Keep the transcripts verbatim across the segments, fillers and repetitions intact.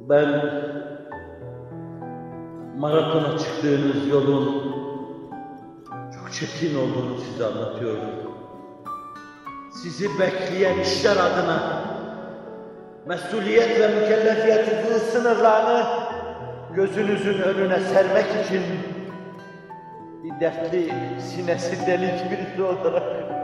Ben maratona çıktığınız yolun çok çetin olduğunu size anlatıyorum. Sizi bekleyen işler adına mesuliyet ve mükellefiyetinizin sınırlarını gözünüzün önüne sermek için bir dertli, sinesi delik birisi olarak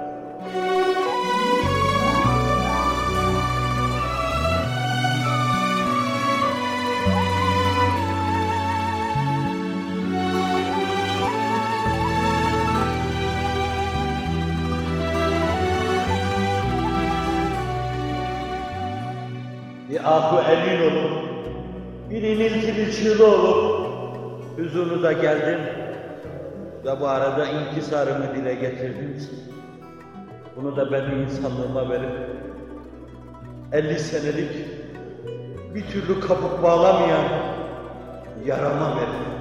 bir ahu emin olup, bir iniltili çığlığı olup huzurunuza geldim ve bu arada inkisarımı dile getirdim. Bunu da ben insanlığıma verip elli senelik bir türlü kabuk bağlamayan yarama verdim.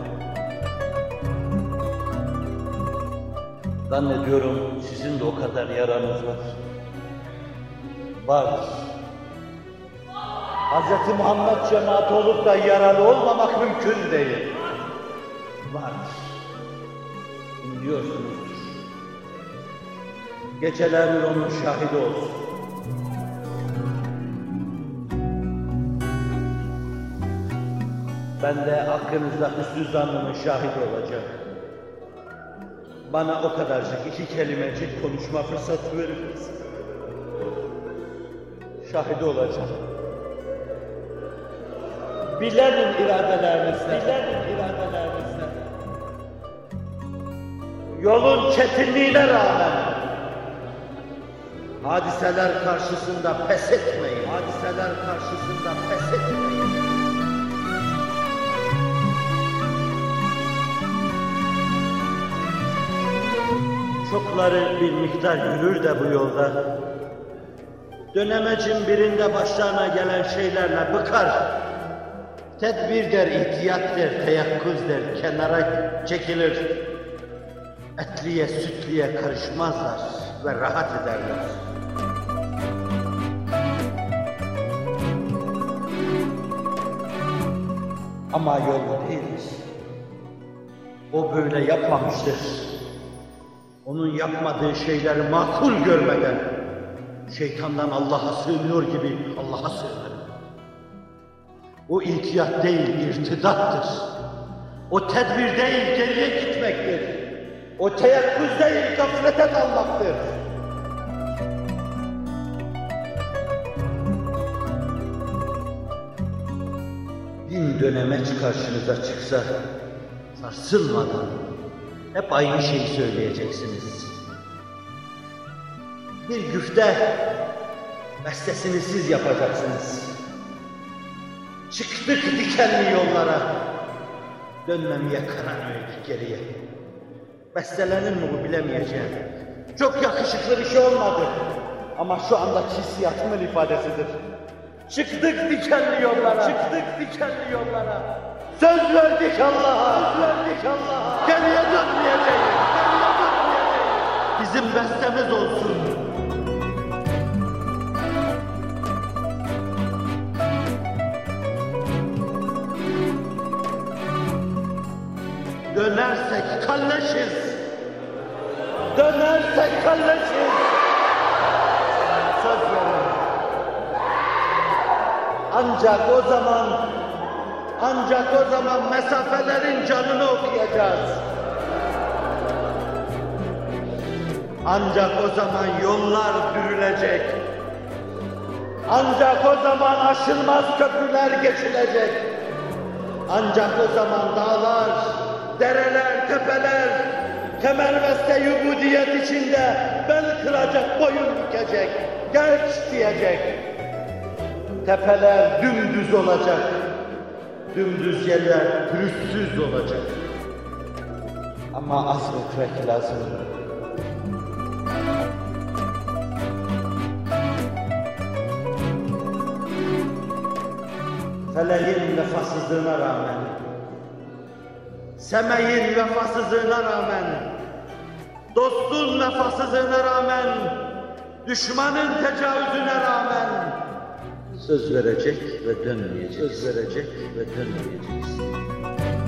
Zannediyorum sizin de o kadar yaranız var. Vardır. Hz. Muhammed cemaati olup da yaralı olmamak mümkün değil. Vardır. Dinliyorsunuzdur. Geceler onun şahidi olsun. Ben de hakkınızda hüsnü zannımın şahidi olacağım. Bana o kadarcık iki kelimecik konuşma fırsatı verir misin? Şahidi olacağım. Bilenin iradelerinizle, bilenin iradelerinizle. Yolun çetinliğine rağmen hadiseler karşısında pes etmeyin. Hadiseler karşısında pes etmeyin. Çokları bir miktar yürür de bu yolda. Dönemecin birinde başlarına gelen şeylerle bıkar. Tedbir der, ihtiyat der, teyakkuz der, kenara çekilir. Etliye, sütliye karışmazlar ve rahat ederler. Ama yol bu değildir. O böyle yapmamıştır. Onun yapmadığı şeyleri makul görmeden şeytandan Allah'a sığınıyor gibi Allah'a sığınır. O ihtiyat değil, irtidattır. O tedbir değil, geriye gitmektir. O teyakkuz değil, gaflete dalmaktır. Bin dönemeç karşınıza çıksa, sarsılmadan hep aynı şeyi söyleyeceksiniz. Bir güfte bestesini siz yapacaksınız. Çıktık dikenli yollara, dönmemeye karar verdik geriye. Bestelenir mi bu bilemeyeceğim. Çok yakışıklı bir şey olmadı. Ama şu andaki hissiyatımın ifadesidir. Çıktık dikenli yollara, çıktık dikenli yollara. Söz verdik Allah'a, söz verdik Allah'a. Geriye dönmeyeceğiz, geriye dönmeyeceğiz. Bizim bestemiz olsun. Dönersek kalleşiz. Dönersek kalleşiz. Söz verin. Ancak o zaman, ancak o zaman mesafelerin canını okuyacağız. Ancak o zaman yollar dürülecek. Ancak o zaman aşılmaz köprüler geçilecek. Ancak o zaman dağlar, dereler, tepeler, kemerveste yubudiyet içinde bel kıracak, boyun bükecek, geç diyecek. Tepeler dümdüz olacak, dümdüz yerler pürüzsüz olacak. Ama azmetmek lazım. Feleğin vefasızlığına rağmen, semeyin vefasızlığına rağmen, dostun vefasızlığına rağmen, düşmanın tecavüzüne rağmen Söz verecek ve dönmeyeceksin. Söz verecek ve dönmeyeceksin.